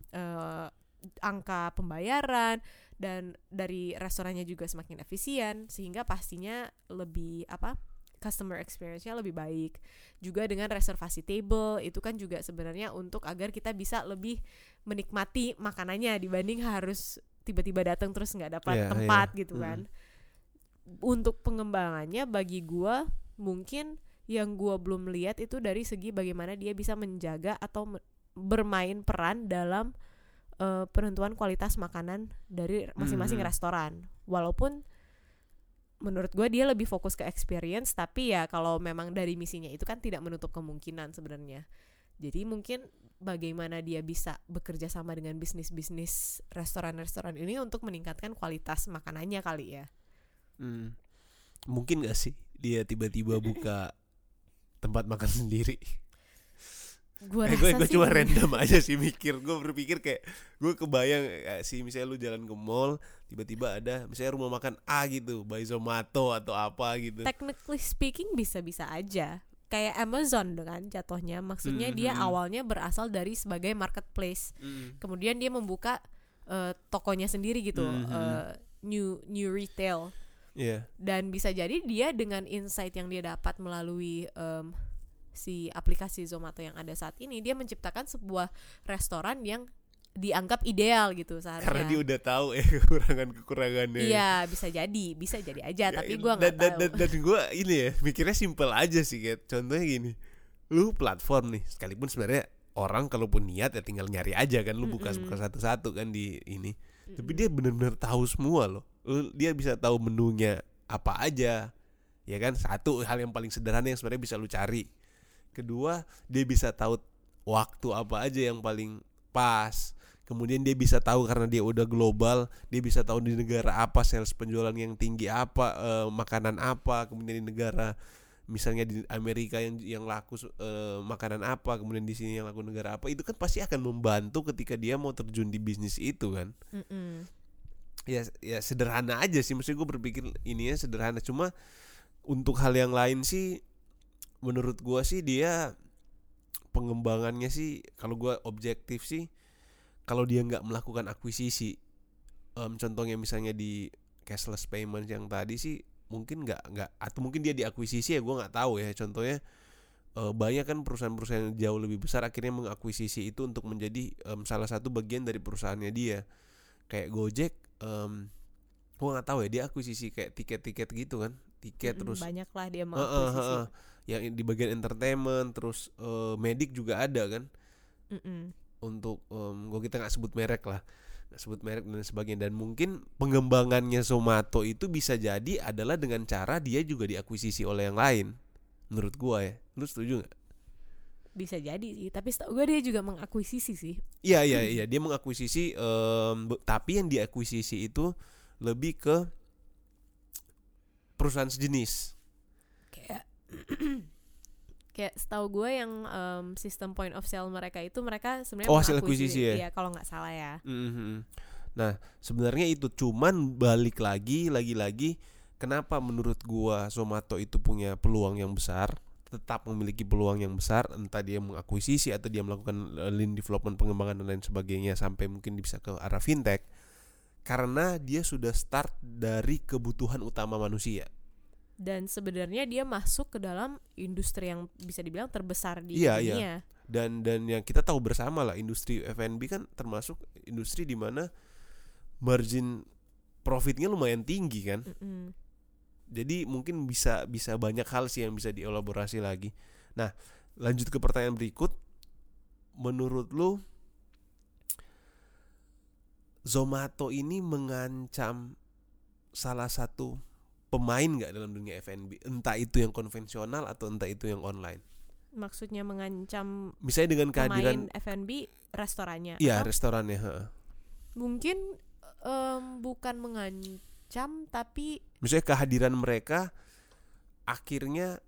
angka pembayaran, dan dari restorannya juga semakin efisien sehingga pastinya lebih customer experience-nya lebih baik. Juga dengan reservasi table itu kan juga sebenarnya untuk agar kita bisa lebih menikmati makanannya dibanding harus tiba-tiba datang terus nggak dapat tempat gitu kan. Untuk pengembangannya bagi gua mungkin yang gue belum lihat itu dari segi bagaimana dia bisa menjaga atau bermain peran dalam penentuan kualitas makanan dari masing-masing restoran. Walaupun menurut gue dia lebih fokus ke experience, tapi ya kalau memang dari misinya itu kan tidak menutup kemungkinan sebenarnya. Jadi mungkin bagaimana dia bisa bekerja sama dengan bisnis-bisnis restoran-restoran ini untuk meningkatkan kualitas makanannya kali ya. Mungkin gak sih dia tiba-tiba buka tempat makan sendiri? Gue cuma random aja sih mikir. Gue berpikir kayak gue kebayang sih misalnya lu jalan ke mall tiba-tiba ada misalnya rumah makan A gitu by Zomato atau apa gitu. Technically speaking bisa-bisa aja kayak Amazon kan jatuhnya. Maksudnya dia awalnya berasal dari sebagai marketplace, kemudian dia membuka tokonya sendiri gitu, new retail. Dan bisa jadi dia dengan insight yang dia dapat melalui si aplikasi Zomato yang ada saat ini, dia menciptakan sebuah restoran yang dianggap ideal gitu seharusnya. Karena dia udah tahu kekurangannya. Iya, bisa jadi aja, tapi gue nggak tahu. Dan gue ini ya mikirnya simple aja sih, kayak contohnya gini, lu platform nih, sekalipun sebenarnya orang kalaupun niat ya tinggal nyari aja kan, lu buka satu-satu kan di ini. Tapi dia benar-benar tahu semua loh. Dia bisa tahu menunya apa aja, ya kan? Satu hal yang paling sederhana yang sebenarnya bisa lu cari. Kedua, dia bisa tahu waktu apa aja yang paling pas. Kemudian dia bisa tahu karena dia udah global, dia bisa tahu di negara apa sales penjualan yang tinggi apa, makanan apa. Kemudian di negara misalnya di Amerika yang laku makanan apa, kemudian di sini yang laku negara apa. Itu kan pasti akan membantu ketika dia mau terjun di bisnis itu kan. Ya sederhana aja sih, maksudnya gue berpikir ininya sederhana. Cuma untuk hal yang lain sih menurut gue sih dia pengembangannya sih, kalau gue objektif sih, kalau dia nggak melakukan akuisisi, contohnya misalnya di cashless payment yang tadi sih mungkin nggak atau mungkin dia diakuisisi ya gue nggak tahu ya. Contohnya banyak kan perusahaan-perusahaan yang jauh lebih besar akhirnya mengakuisisi itu untuk menjadi salah satu bagian dari perusahaannya dia. Kayak Gojek, gue nggak tahu ya dia akuisisi kayak tiket-tiket gitu kan, terus banyak lah dia mengakuisisi. Yang di bagian entertainment, terus medik juga ada kan. Untuk kita nggak sebut merek dan sebagainya. Dan mungkin pengembangannya Zomato itu bisa jadi adalah dengan cara dia juga diakuisisi oleh yang lain. Menurut gue ya, lu setuju nggak? Bisa jadi sih, tapi setahu gue dia juga mengakuisisi sih. Iya, dia mengakuisisi, tapi yang diakuisisi itu lebih ke perusahaan sejenis. Kayak setahu gue yang sistem point of sale mereka itu mereka sebenarnya hasil akuisisi ya? Iya, kalau nggak salah ya. Nah sebenarnya itu cuman balik lagi kenapa menurut gue Zomato itu punya peluang yang besar, tetap memiliki peluang yang besar, entah dia mengakuisisi atau dia melakukan lean development, pengembangan dan lain sebagainya sampai mungkin bisa ke arah fintech, karena dia sudah start dari kebutuhan utama manusia. Dan sebenarnya dia masuk ke dalam industri yang bisa dibilang terbesar di dunia. Iya. Dan yang kita tahu bersama lah, industri F&B kan termasuk industri di mana margin profitnya lumayan tinggi kan. Jadi mungkin bisa banyak hal sih yang bisa dielaborasi lagi. Nah, lanjut ke pertanyaan berikut. Menurut lu Zomato ini mengancam salah satu pemain nggak dalam dunia F&B, entah itu yang konvensional atau entah itu yang online? Maksudnya mengancam Misalnya dengan kehadiran pemain F&B restorannya. iya atau restorannya, heeh. mungkin bukan mengancam tapi Misalnya kehadiran mereka akhirnya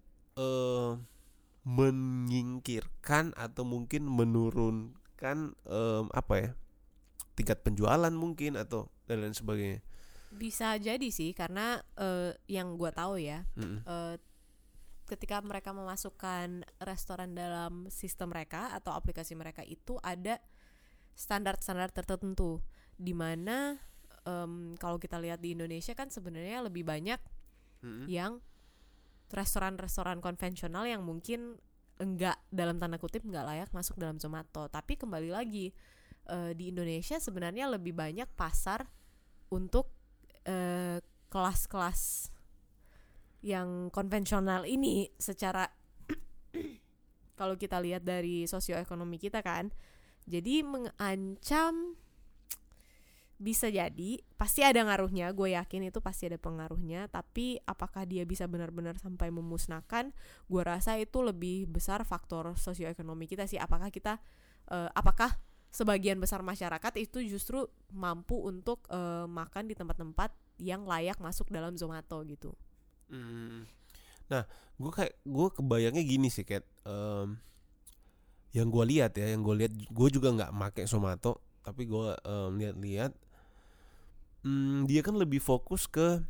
menyingkirkan atau mungkin menurunkan apa ya, tingkat penjualan mungkin atau dan lain sebagainya. bisa jadi sih karena yang gue tahu ya, Mm-mm. ketika mereka memasukkan restoran dalam sistem mereka atau aplikasi mereka itu ada standar-standar tertentu di mana kalau kita lihat di Indonesia kan sebenarnya lebih banyak Mm-mm. yang restoran-restoran konvensional yang mungkin enggak dalam tanda kutip enggak layak masuk dalam Zomato. Tapi kembali lagi di Indonesia sebenarnya lebih banyak pasar untuk kelas-kelas yang konvensional ini secara kalau kita lihat dari sosioekonomi kita kan. Jadi mengancam bisa jadi, pasti ada ngaruhnya, gue yakin itu pasti ada pengaruhnya. Tapi apakah dia bisa benar-benar sampai memusnahkan, gue rasa itu lebih besar faktor sosioekonomi kita sih. Apakah kita, apakah sebagian besar masyarakat itu justru mampu untuk makan di tempat-tempat yang layak masuk dalam Zomato gitu. Nah, gue kebayangnya gini sih, Kat. Yang gue lihat, gue juga nggak make Zomato, tapi gue lihat-lihat, dia kan lebih fokus ke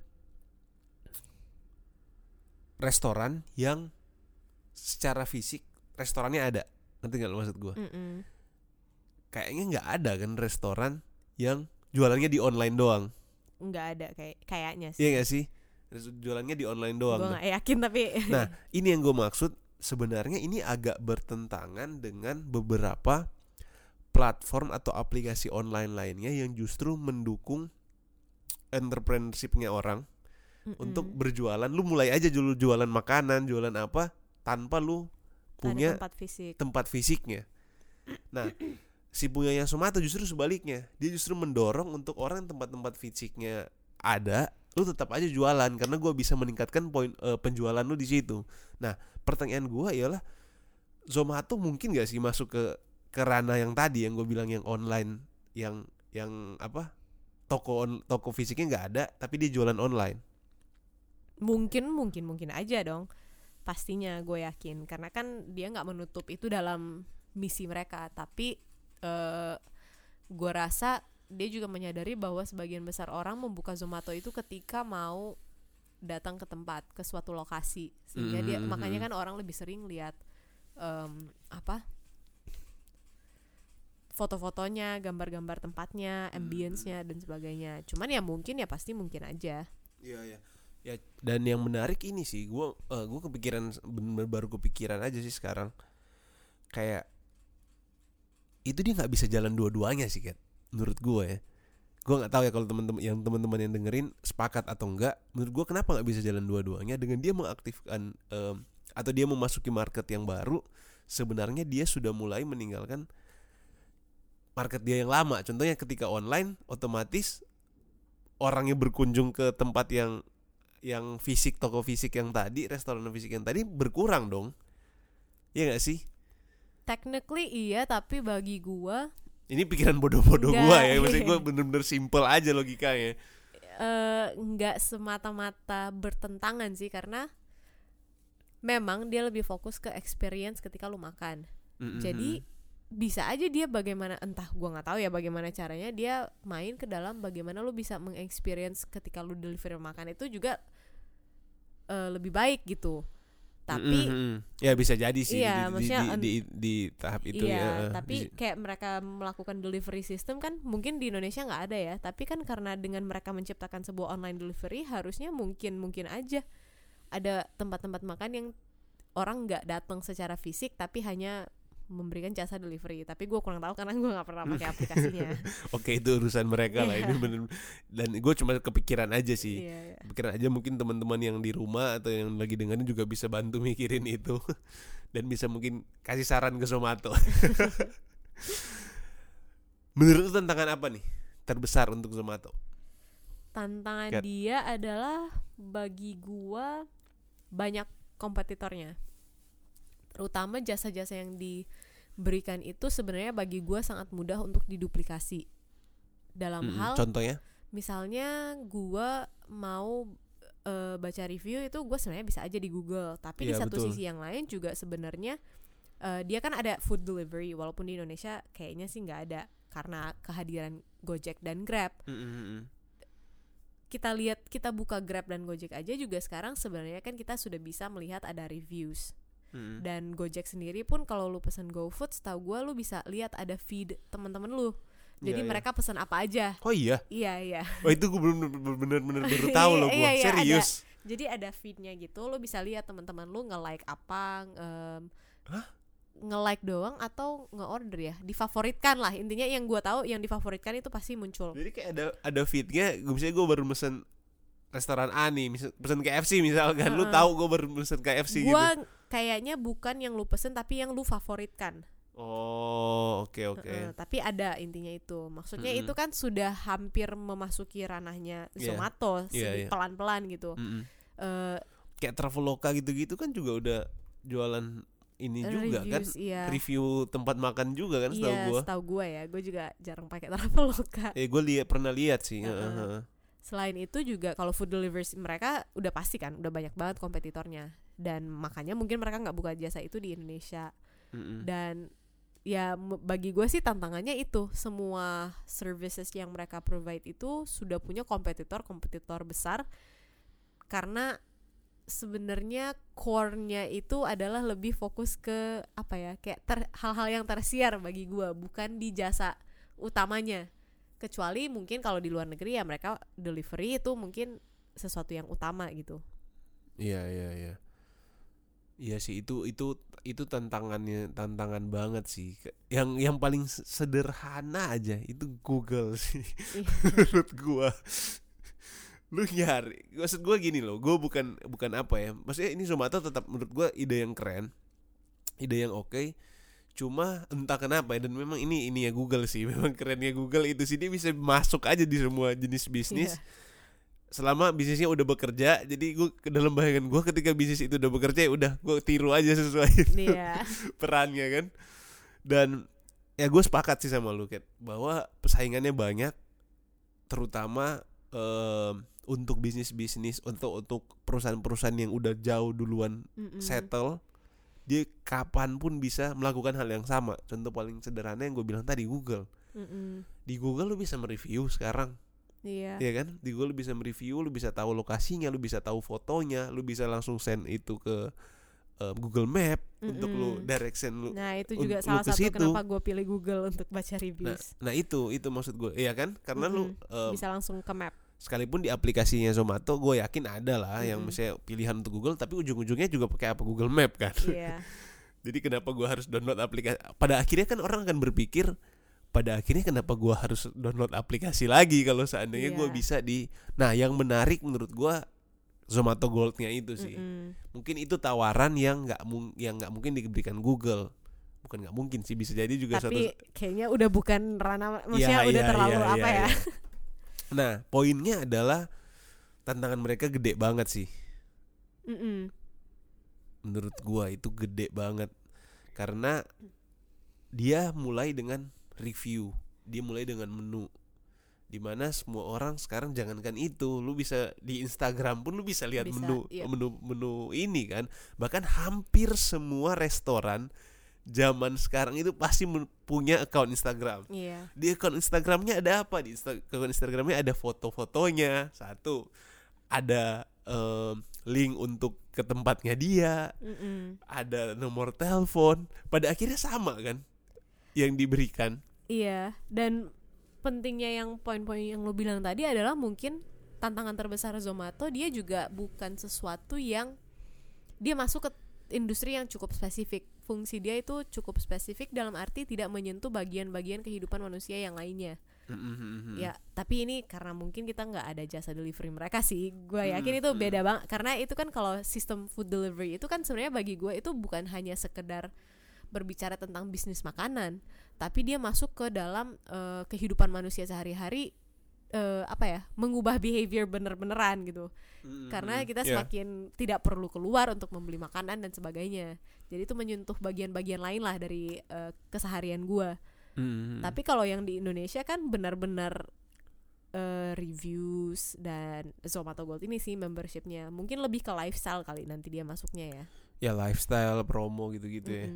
restoran yang secara fisik restorannya ada, ngerti nggak lo maksud gue? Kayaknya nggak ada kan restoran yang jualannya di online doang. Nggak ada kayaknya sih. Iya nggak sih? Jualannya di online doang. Gue nggak yakin tapi. Nah, ini yang gue maksud. Sebenarnya ini agak bertentangan dengan beberapa platform atau aplikasi online lainnya yang justru mendukung entrepreneurship-nya orang untuk berjualan. Lu mulai aja dulu jualan makanan, jualan apa tanpa lu punya tempat fisiknya. Nah, si punyanya Zomato justru sebaliknya. Dia justru mendorong untuk orang tempat-tempat fisiknya ada, lu tetap aja jualan karena gue bisa meningkatkan poin penjualan lu di situ. Nah, pertanyaan gue ialah Zomato mungkin gak sih masuk ke ranah yang tadi yang gue bilang yang online, yang apa, toko fisiknya nggak ada tapi dia jualan online. Mungkin aja dong, pastinya gue yakin karena kan dia nggak menutup itu dalam misi mereka. Tapi gue rasa dia juga menyadari bahwa sebagian besar orang membuka Zomato itu ketika mau datang ke tempat, ke suatu lokasi, sehingga dia makanya kan orang lebih sering lihat foto-fotonya, gambar-gambar tempatnya, ambience-nya dan sebagainya. Cuman ya pasti mungkin aja. Iya. Ya, dan yang menarik ini sih, gue kepikiran, baru kepikiran aja sih sekarang, kayak itu dia nggak bisa jalan dua-duanya sih, Kat. Menurut gue ya, gue nggak tahu ya kalau teman-teman yang dengerin sepakat atau enggak. Menurut gue kenapa nggak bisa jalan dua-duanya? Dengan dia mengaktifkan atau dia memasuki market yang baru, sebenarnya dia sudah mulai meninggalkan market dia yang lama. Contohnya ketika online, otomatis orang yang berkunjung ke tempat yang fisik, toko fisik yang tadi, restoran fisik yang tadi berkurang dong. Iya nggak sih? Technically iya, tapi bagi gue ini pikiran bodoh-bodoh gue ya, maksudnya gue bener-bener simple aja logikanya. Nggak semata-mata bertentangan sih, karena memang dia lebih fokus ke experience ketika lu makan. Jadi bisa aja dia bagaimana, entah gue nggak tahu ya bagaimana caranya dia main ke dalam bagaimana lu bisa mengexperience ketika lu deliver makan itu juga lebih baik gitu. Tapi ya bisa jadi sih, iya, di tahap itu iya, ya. Tapi kayak mereka melakukan delivery system kan mungkin di Indonesia nggak ada ya. Tapi kan karena dengan mereka menciptakan sebuah online delivery, harusnya mungkin aja ada tempat-tempat makan yang orang nggak datang secara fisik tapi hanya memberikan jasa delivery. Tapi gue kurang tahu karena gue nggak pernah pakai aplikasinya. Oke, itu urusan mereka lah ini bener. Dan gue cuma kepikiran aja sih. Iya. Kepikiran aja, mungkin teman-teman yang di rumah atau yang lagi dengerin juga bisa bantu mikirin itu dan bisa mungkin kasih saran ke Zomato. Menurut lu tantangan apa nih terbesar untuk Zomato? Tantangan dia adalah bagi gue banyak kompetitornya. terutama jasa-jasa yang diberikan itu sebenarnya bagi gue sangat mudah untuk diduplikasi. Dalam hal contohnya misalnya gue mau baca review itu gue sebenarnya bisa aja di Google, tapi di satu betul. sisi yang lain juga sebenarnya dia kan ada food delivery, walaupun di Indonesia kayaknya sih nggak ada karena kehadiran Gojek dan Grab. Kita buka Grab dan Gojek aja juga sekarang sebenarnya kan kita sudah bisa melihat ada reviews. Dan Gojek sendiri pun kalau lu pesan GoFood, setahu gue lu bisa lihat ada feed teman-teman lu. Jadi mereka pesan apa aja. Oh iya? Iya. Oh itu gue bener-bener baru tahu loh gue. Serius? Jadi ada feednya gitu, lu bisa lihat teman-teman lu nge-like apa, nge-like doang atau nge-order ya, difavoritkan lah intinya. Yang gue tahu yang difavoritkan itu pasti muncul. Jadi kayak ada feednya, misalnya gue baru mesen restoran A nih, pesen KFC misalkan, lu tahu gue baru pesen KFC gitu. Gue kayaknya bukan yang lu pesen tapi yang lu favoritkan. Oh oke. Tapi ada intinya itu, maksudnya itu kan sudah hampir memasuki ranahnya Zomato, pelan-pelan gitu. Kayak Traveloka gitu-gitu kan juga udah jualan ini juga reviews, kan, review tempat makan juga kan, setahu gue. Iya, setahu gue ya, gue juga jarang pakai Traveloka. Gue pernah lihat sih. Selain itu juga kalau food delivery mereka udah pasti kan, udah banyak banget kompetitornya, dan makanya mungkin mereka nggak buka jasa itu di Indonesia. Dan ya bagi gue sih tantangannya itu, semua services yang mereka provide itu sudah punya kompetitor besar, karena sebenarnya core-nya itu adalah lebih fokus ke apa ya, kayak hal-hal yang tersier bagi gue, bukan di jasa utamanya. Kecuali mungkin kalau di luar negeri ya mereka delivery itu mungkin sesuatu yang utama gitu. Iya. Iya sih, itu tantangan banget sih. Yang paling sederhana aja itu Google sih. Menurut gua. Lu nyari, maksud gua gini loh, gua bukan apa ya. Maksudnya ini Zomato tetap menurut gua ide yang keren. Ide yang oke. Cuma entah kenapa ya, dan memang ini ya Google sih. Memang kerennya Google itu sih, dia bisa masuk aja di semua jenis bisnis. Selama bisnisnya udah bekerja. Jadi gue dalam bayangan gue, ketika bisnis itu udah bekerja ya udah gue tiru aja sesuai perannya kan. Dan ya gue sepakat sih sama lu Kat, bahwa persaingannya banyak, terutama untuk bisnis untuk perusahaan-perusahaan yang udah jauh duluan settle. Dia kapanpun bisa melakukan hal yang sama. Contoh paling sederhana yang gue bilang tadi, Google. Di Google lu bisa mereview sekarang. Iya kan, di Google lu bisa mereview, lu bisa tahu lokasinya, lu bisa tahu fotonya, lu bisa langsung send itu ke Google Map untuk lu direction lu. Nah itu juga salah satu kenapa gue pilih Google untuk baca reviews. Nah itu maksud gue, iya kan, karena lu bisa langsung ke map. Sekalipun di aplikasinya Zomato, gue yakin ada lah yang misalnya pilihan untuk Google, tapi ujung-ujungnya juga pakai apa, Google Map kan. Jadi kenapa gue harus download aplikasi? Pada akhirnya kan orang akan berpikir, kenapa gue harus download aplikasi lagi kalau seandainya gue bisa di. Nah yang menarik menurut gue Zomato Gold-nya itu sih. Mungkin itu tawaran yang nggak mungkin diberikan Google. Bukan nggak mungkin sih, bisa jadi juga. Tapi kayaknya udah bukan ranah, maksudnya udah terlalu ya. Nah poinnya adalah tantangan mereka gede banget sih. Menurut gue itu gede banget, karena dia mulai dengan review, dia mulai dengan menu, dimana semua orang sekarang jangankan itu, lu bisa di Instagram pun lu bisa lihat menu ini kan. Bahkan hampir semua restoran zaman sekarang itu pasti punya account Instagram. Di account Instagramnya ada apa? Di account Instagramnya ada foto-fotonya, satu, ada link untuk ke tempatnya dia, ada nomor telepon. Pada akhirnya sama kan yang diberikan. Iya, dan pentingnya yang poin-poin yang lo bilang tadi adalah mungkin tantangan terbesar Zomato, dia juga bukan sesuatu yang dia masuk ke industri yang cukup spesifik. Fungsi dia itu cukup spesifik dalam arti tidak menyentuh bagian-bagian kehidupan manusia yang lainnya. Ya, tapi ini karena mungkin kita nggak ada jasa delivery mereka sih. Gue yakin itu beda banget, karena itu kan kalau sistem food delivery itu kan sebenarnya bagi gue itu bukan hanya sekedar berbicara tentang bisnis makanan, tapi dia masuk ke dalam kehidupan manusia sehari-hari mengubah behavior bener-beneran gitu. Karena kita semakin tidak perlu keluar untuk membeli makanan dan sebagainya. Jadi itu menyentuh bagian-bagian lain lah dari keseharian gue. Tapi kalau yang di Indonesia kan benar-benar reviews dan Zomato Gold ini sih membershipnya mungkin lebih ke lifestyle kali nanti dia masuknya ya. Ya lifestyle, promo gitu-gitu ya.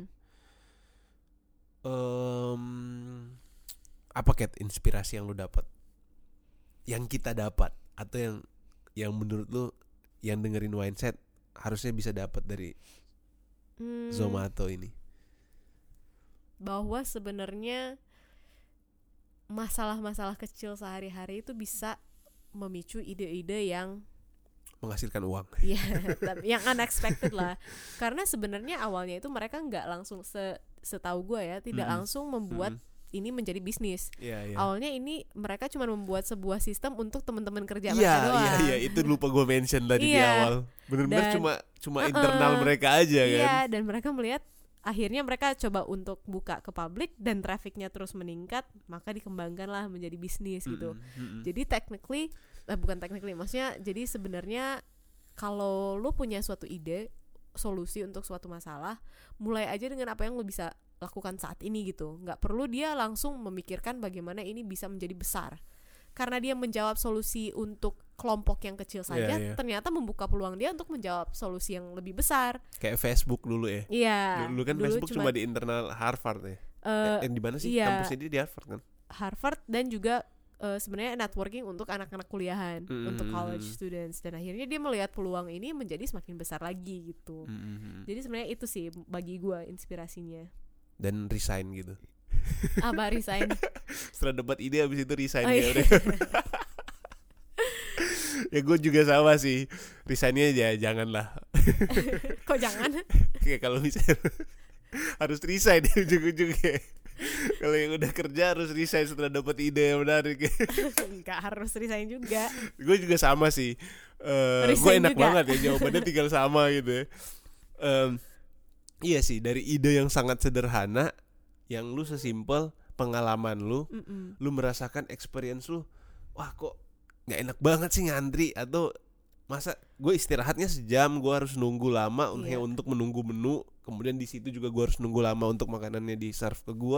Apa Kat inspirasi yang lu dapat? Yang kita dapat atau yang menurut lu yang dengerin Windset harusnya bisa dapat dari Zomato ini? Bahwa sebenarnya masalah-masalah kecil sehari-hari itu bisa memicu ide-ide yang menghasilkan uang. Iya, yang unexpected lah. Karena sebenarnya awalnya itu mereka nggak langsung setahu gue ya, tidak langsung membuat ini menjadi bisnis. Awalnya ini mereka cuma membuat sebuah sistem untuk teman-teman kerja mereka doang. Iya, itu lupa gue mention tadi di awal. Benar-benar cuma internal mereka aja kan. Iya, dan mereka melihat akhirnya mereka coba untuk buka ke publik dan trafficnya terus meningkat, maka dikembangkanlah menjadi bisnis gitu. Jadi bukan technically, maksudnya jadi sebenarnya kalau lu punya suatu ide, solusi untuk suatu masalah, mulai aja dengan apa yang lu bisa lakukan saat ini gitu. Nggak perlu dia langsung memikirkan bagaimana ini bisa menjadi besar. Karena dia menjawab solusi untuk kelompok yang kecil saja, ternyata membuka peluang dia untuk menjawab solusi yang lebih besar. Kayak Facebook dulu ya. Iya. Dulu kan Facebook cuma di internal Harvard ya. Di mana sih kampusnya dia di Harvard kan? Harvard dan juga sebenarnya networking untuk anak-anak kuliahan, untuk college students, dan akhirnya dia melihat peluang ini menjadi semakin besar lagi gitu. Jadi sebenarnya itu sih bagi gue inspirasinya. Dan resign gitu. Apa resign? Setelah dapat ide habis itu resign ya udah. Ya gue juga sama sih. Resignnya ya janganlah. Kok jangan? Kayak kalau misalnya harus resign ujung-ujungnya. Kalau yang udah kerja harus resign setelah dapat ide yang menarik. Enggak harus resign juga. Gue juga sama sih. Gue enak juga banget ya jawabannya tinggal sama gitu ya. Iya sih, dari ide yang sangat sederhana, yang lu sesimpel pengalaman lu merasakan experience lu, wah kok nggak enak banget sih ngantri, atau masa gue istirahatnya sejam, gue harus nunggu lama untuk menunggu menu, kemudian di situ juga gue harus nunggu lama untuk makanannya di serve ke gue.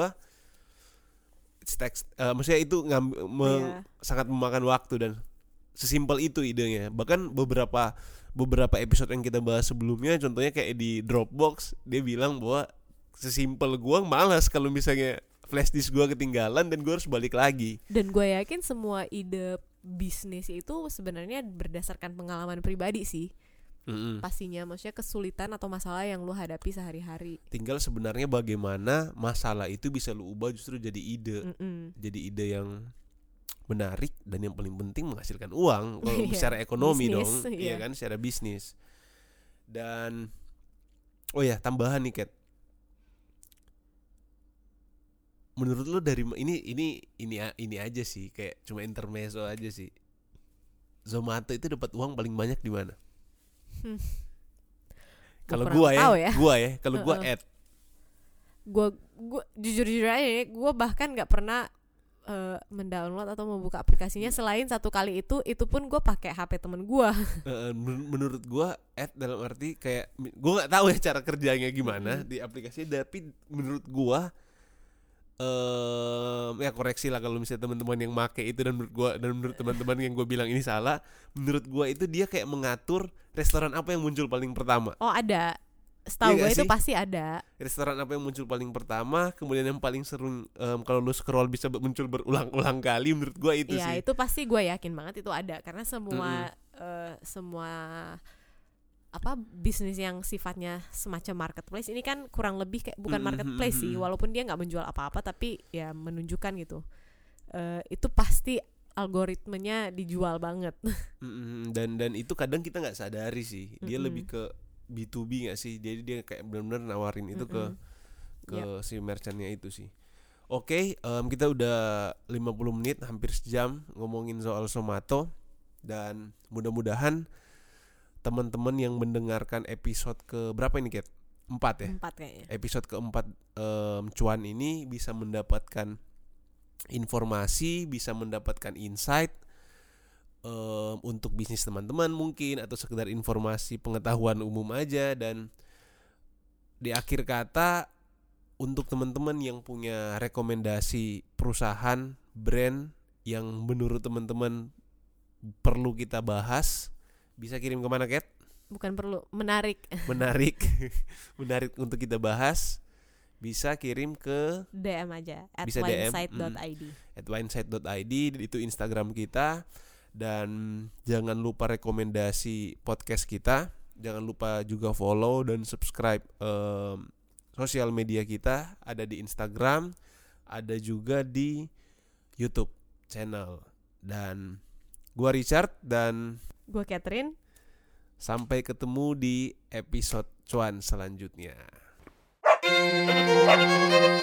Maksudnya itu sangat memakan waktu dan sesimpel itu idenya. Bahkan beberapa episode yang kita bahas sebelumnya, contohnya kayak di Dropbox, dia bilang bahwa sesimpel gue malas kalau misalnya flash disk gue ketinggalan dan gue harus balik lagi. Dan gue yakin semua ide bisnis itu sebenarnya berdasarkan pengalaman pribadi sih. Pastinya, maksudnya kesulitan atau masalah yang lu hadapi sehari-hari. Tinggal sebenarnya bagaimana masalah itu bisa lu ubah justru jadi ide. Jadi ide yang menarik dan yang paling penting menghasilkan uang kalau secara ekonomi bisnis, dong. Iya kan, secara bisnis. Dan tambahan nih Kat. Menurut lu dari ini aja sih, kayak cuma intermezzo aja sih. Zomato itu dapat uang paling banyak di mana? Kalau gua add. Gua jujur aja, gua bahkan nggak pernah mendownload atau membuka aplikasinya selain satu kali itu pun gue pakai HP temen gue. Menurut gue dalam arti kayak gue nggak tahu ya cara kerjanya gimana di aplikasinya, tapi menurut gue ya koreksi lah kalau misalnya teman-teman yang make itu dan menurut teman-teman yang gue bilang ini salah. Menurut gue itu dia kayak mengatur restoran apa yang muncul paling pertama. Oh ada. Setahu gue itu pasti ada. Restoran apa yang muncul paling pertama, kemudian yang paling seru kalau lu scroll bisa muncul berulang-ulang kali, menurut gue itu sih. Iya, itu pasti gue yakin banget itu ada, karena semua bisnis yang sifatnya semacam marketplace ini kan kurang lebih kayak bukan marketplace sih, walaupun dia nggak menjual apa-apa tapi ya menunjukkan gitu. Itu pasti algoritmenya dijual banget. Dan itu kadang kita nggak sadari sih, dia lebih ke B2B gak sih? Jadi dia kayak benar-benar nawarin itu ke si merchantnya itu sih. Oke, kita udah 50 menit, hampir sejam ngomongin soal Zomato. Dan mudah-mudahan teman-teman yang mendengarkan episode ke berapa ini Kat? 4 ya? 4 kayaknya. Episode keempat cuan ini bisa mendapatkan informasi, bisa mendapatkan insight untuk bisnis teman-teman mungkin, atau sekedar informasi pengetahuan umum aja. Dan di akhir kata, untuk teman-teman yang punya rekomendasi perusahaan, brand yang menurut teman-teman perlu kita bahas, bisa kirim kemana, Kat? Bukan perlu, menarik. Menarik untuk kita bahas, bisa kirim ke DM aja bisa DM, @winesight.id. @winesight.id, itu Instagram kita. Dan jangan lupa rekomendasi podcast kita, jangan lupa juga follow dan subscribe sosial media kita, ada di Instagram, ada juga di YouTube channel. Dan gua Richard dan Gue Catherine. sampai ketemu di episode cuan selanjutnya.